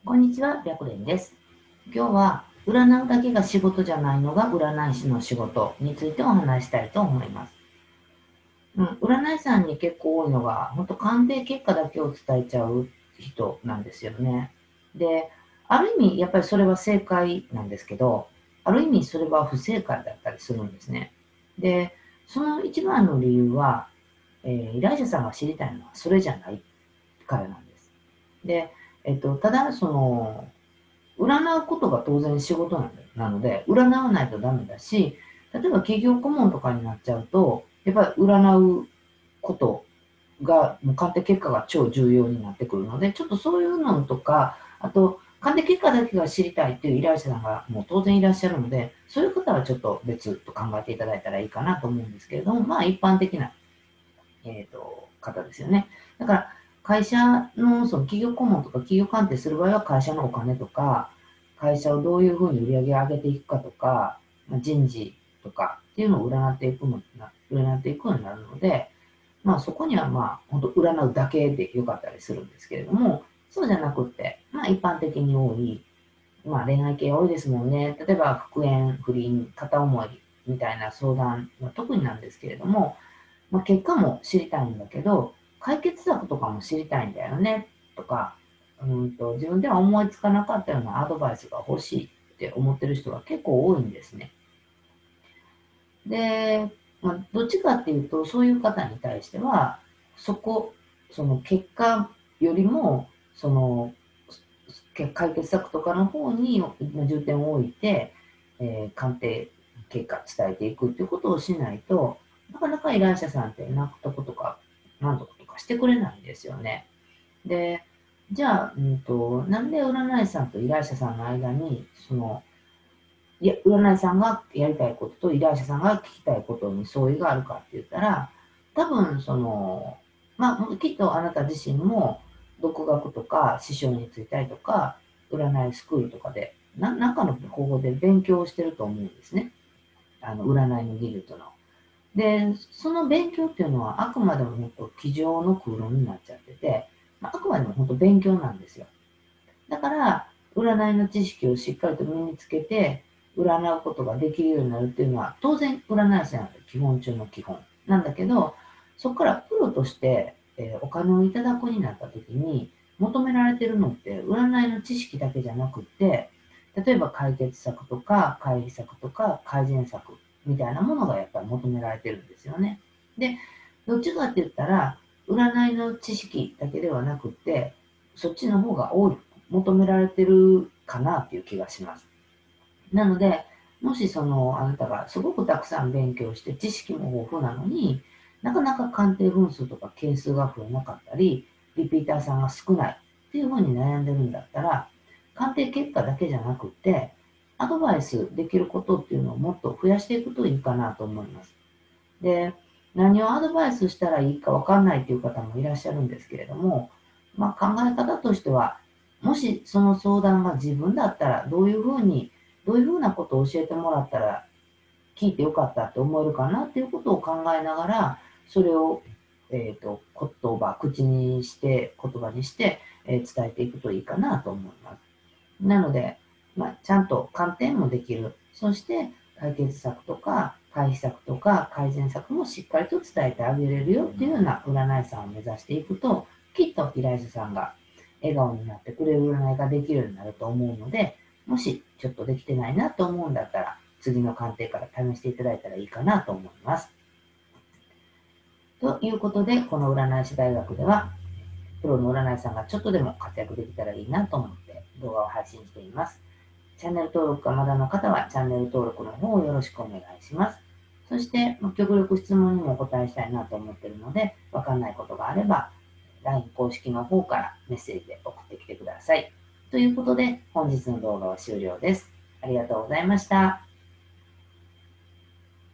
こんにちは、白蓮です。今日は占うだけが仕事じゃないのが占い師の仕事についてお話したいと思います。占い師さんに結構多いのが、本当鑑定結果だけを伝えちゃう人なんですよね。で、ある意味、やっぱりそれは正解なんですけど、ある意味それは不正解だったりするんですね。で、その一番の理由は、依頼者さんが知りたいのはそれじゃないからなんです。で、ただ、占うことが当然仕事なので、占わないとダメだし、例えば企業顧問とかになっちゃうと、やっぱり占うことが、もう鑑定結果が超重要になってくるので、ちょっとそういうのとか、あと、鑑定結果だけが知りたいっていう依頼者さんがもう当然いらっしゃるので、そういう方はちょっと別と考えていただいたらいいかなと思うんですけれども、まあ一般的な、方ですよね。だから、会社のその企業顧問とか企業鑑定する場合は会社のお金とか、会社をどういうふうに売り上げを上げていくかとか、人事とかっていうのを占っていくようになるので、まあそこにはまあ本当占うだけでよかったりするんですけれども、そうじゃなくって、まあ一般的に多い、まあ恋愛系多いですもんね。例えば復縁、不倫、片思いみたいな相談は特になんですけれども、結果も知りたいんだけど、解決策とかも知りたいんだよね、とか、自分では思いつかなかったようなアドバイスが欲しいって思ってる人が結構多いんですね。で、どっちかっていうと、そういう方に対しては、そこ、その結果よりも、解決策とかの方に重点を置いて、鑑定結果伝えていくっていうことをしないと、なかなか依頼者さんって納得とか満足とかしてくれないんですよね。で、じゃあ、なんで占い師さんと依頼者さんの間に、占い師さんがやりたいことと依頼者さんが聞きたいことに相違があるかって言ったら、多分、きっとあなた自身も独学とか師匠についたりとか、占いスクールとかで、なんかの方法で勉強してると思うんですね。占いの技術の。で、その勉強っていうのはあくまでも本当机上の空論になっちゃってて、あくまでも本当勉強なんですよ。だから、占いの知識をしっかりと身につけて、占うことができるようになるっていうのは、当然占い師なんで基本中の基本なんだけど、そこからプロとして、お金をいただくになった時に、求められてるのって占いの知識だけじゃなくって、例えば解決策とか回避策とか改善策みたいなものがやっぱり求められてるんですよね。で、どっちかって言ったら、占いの知識だけではなくって、そっちの方が多い求められてるかなっていう気がします。なので、もしあなたがすごくたくさん勉強して知識も豊富なのに、なかなか鑑定分数とか係数が増えなかったり、リピーターさんが少ないっていうふうに悩んでるんだったら、鑑定結果だけじゃなくて、アドバイスできることっていうのをもっと増やしていくといいかなと思います。で、何をアドバイスしたらいいかわかんないっていう方もいらっしゃるんですけれども、考え方としては、もしその相談が自分だったらどういうふうなことを教えてもらったら聞いてよかったって思えるかなっていうことを考えながら、それを、言葉にして、伝えていくといいかなと思います。なので、ちゃんと観点もできる。そして、解決策とか、回避策とか、改善策もしっかりと伝えてあげれるよっていうような占い師さんを目指していくと、きっと依頼者さんが笑顔になってくれる占いができるようになると思うので、もしちょっとできてないなと思うんだったら、次の鑑定から試していただいたらいいかなと思います。ということで、この占い師大学では、プロの占い師さんがちょっとでも活躍できたらいいなと思って動画を配信しています。チャンネル登録がまだの方はチャンネル登録の方をよろしくお願いします。そして、極力質問にもお答えしたいなと思っているので、わかんないことがあれば、LINE 公式の方からメッセージで送ってきてください。ということで、本日の動画は終了です。ありがとうございました。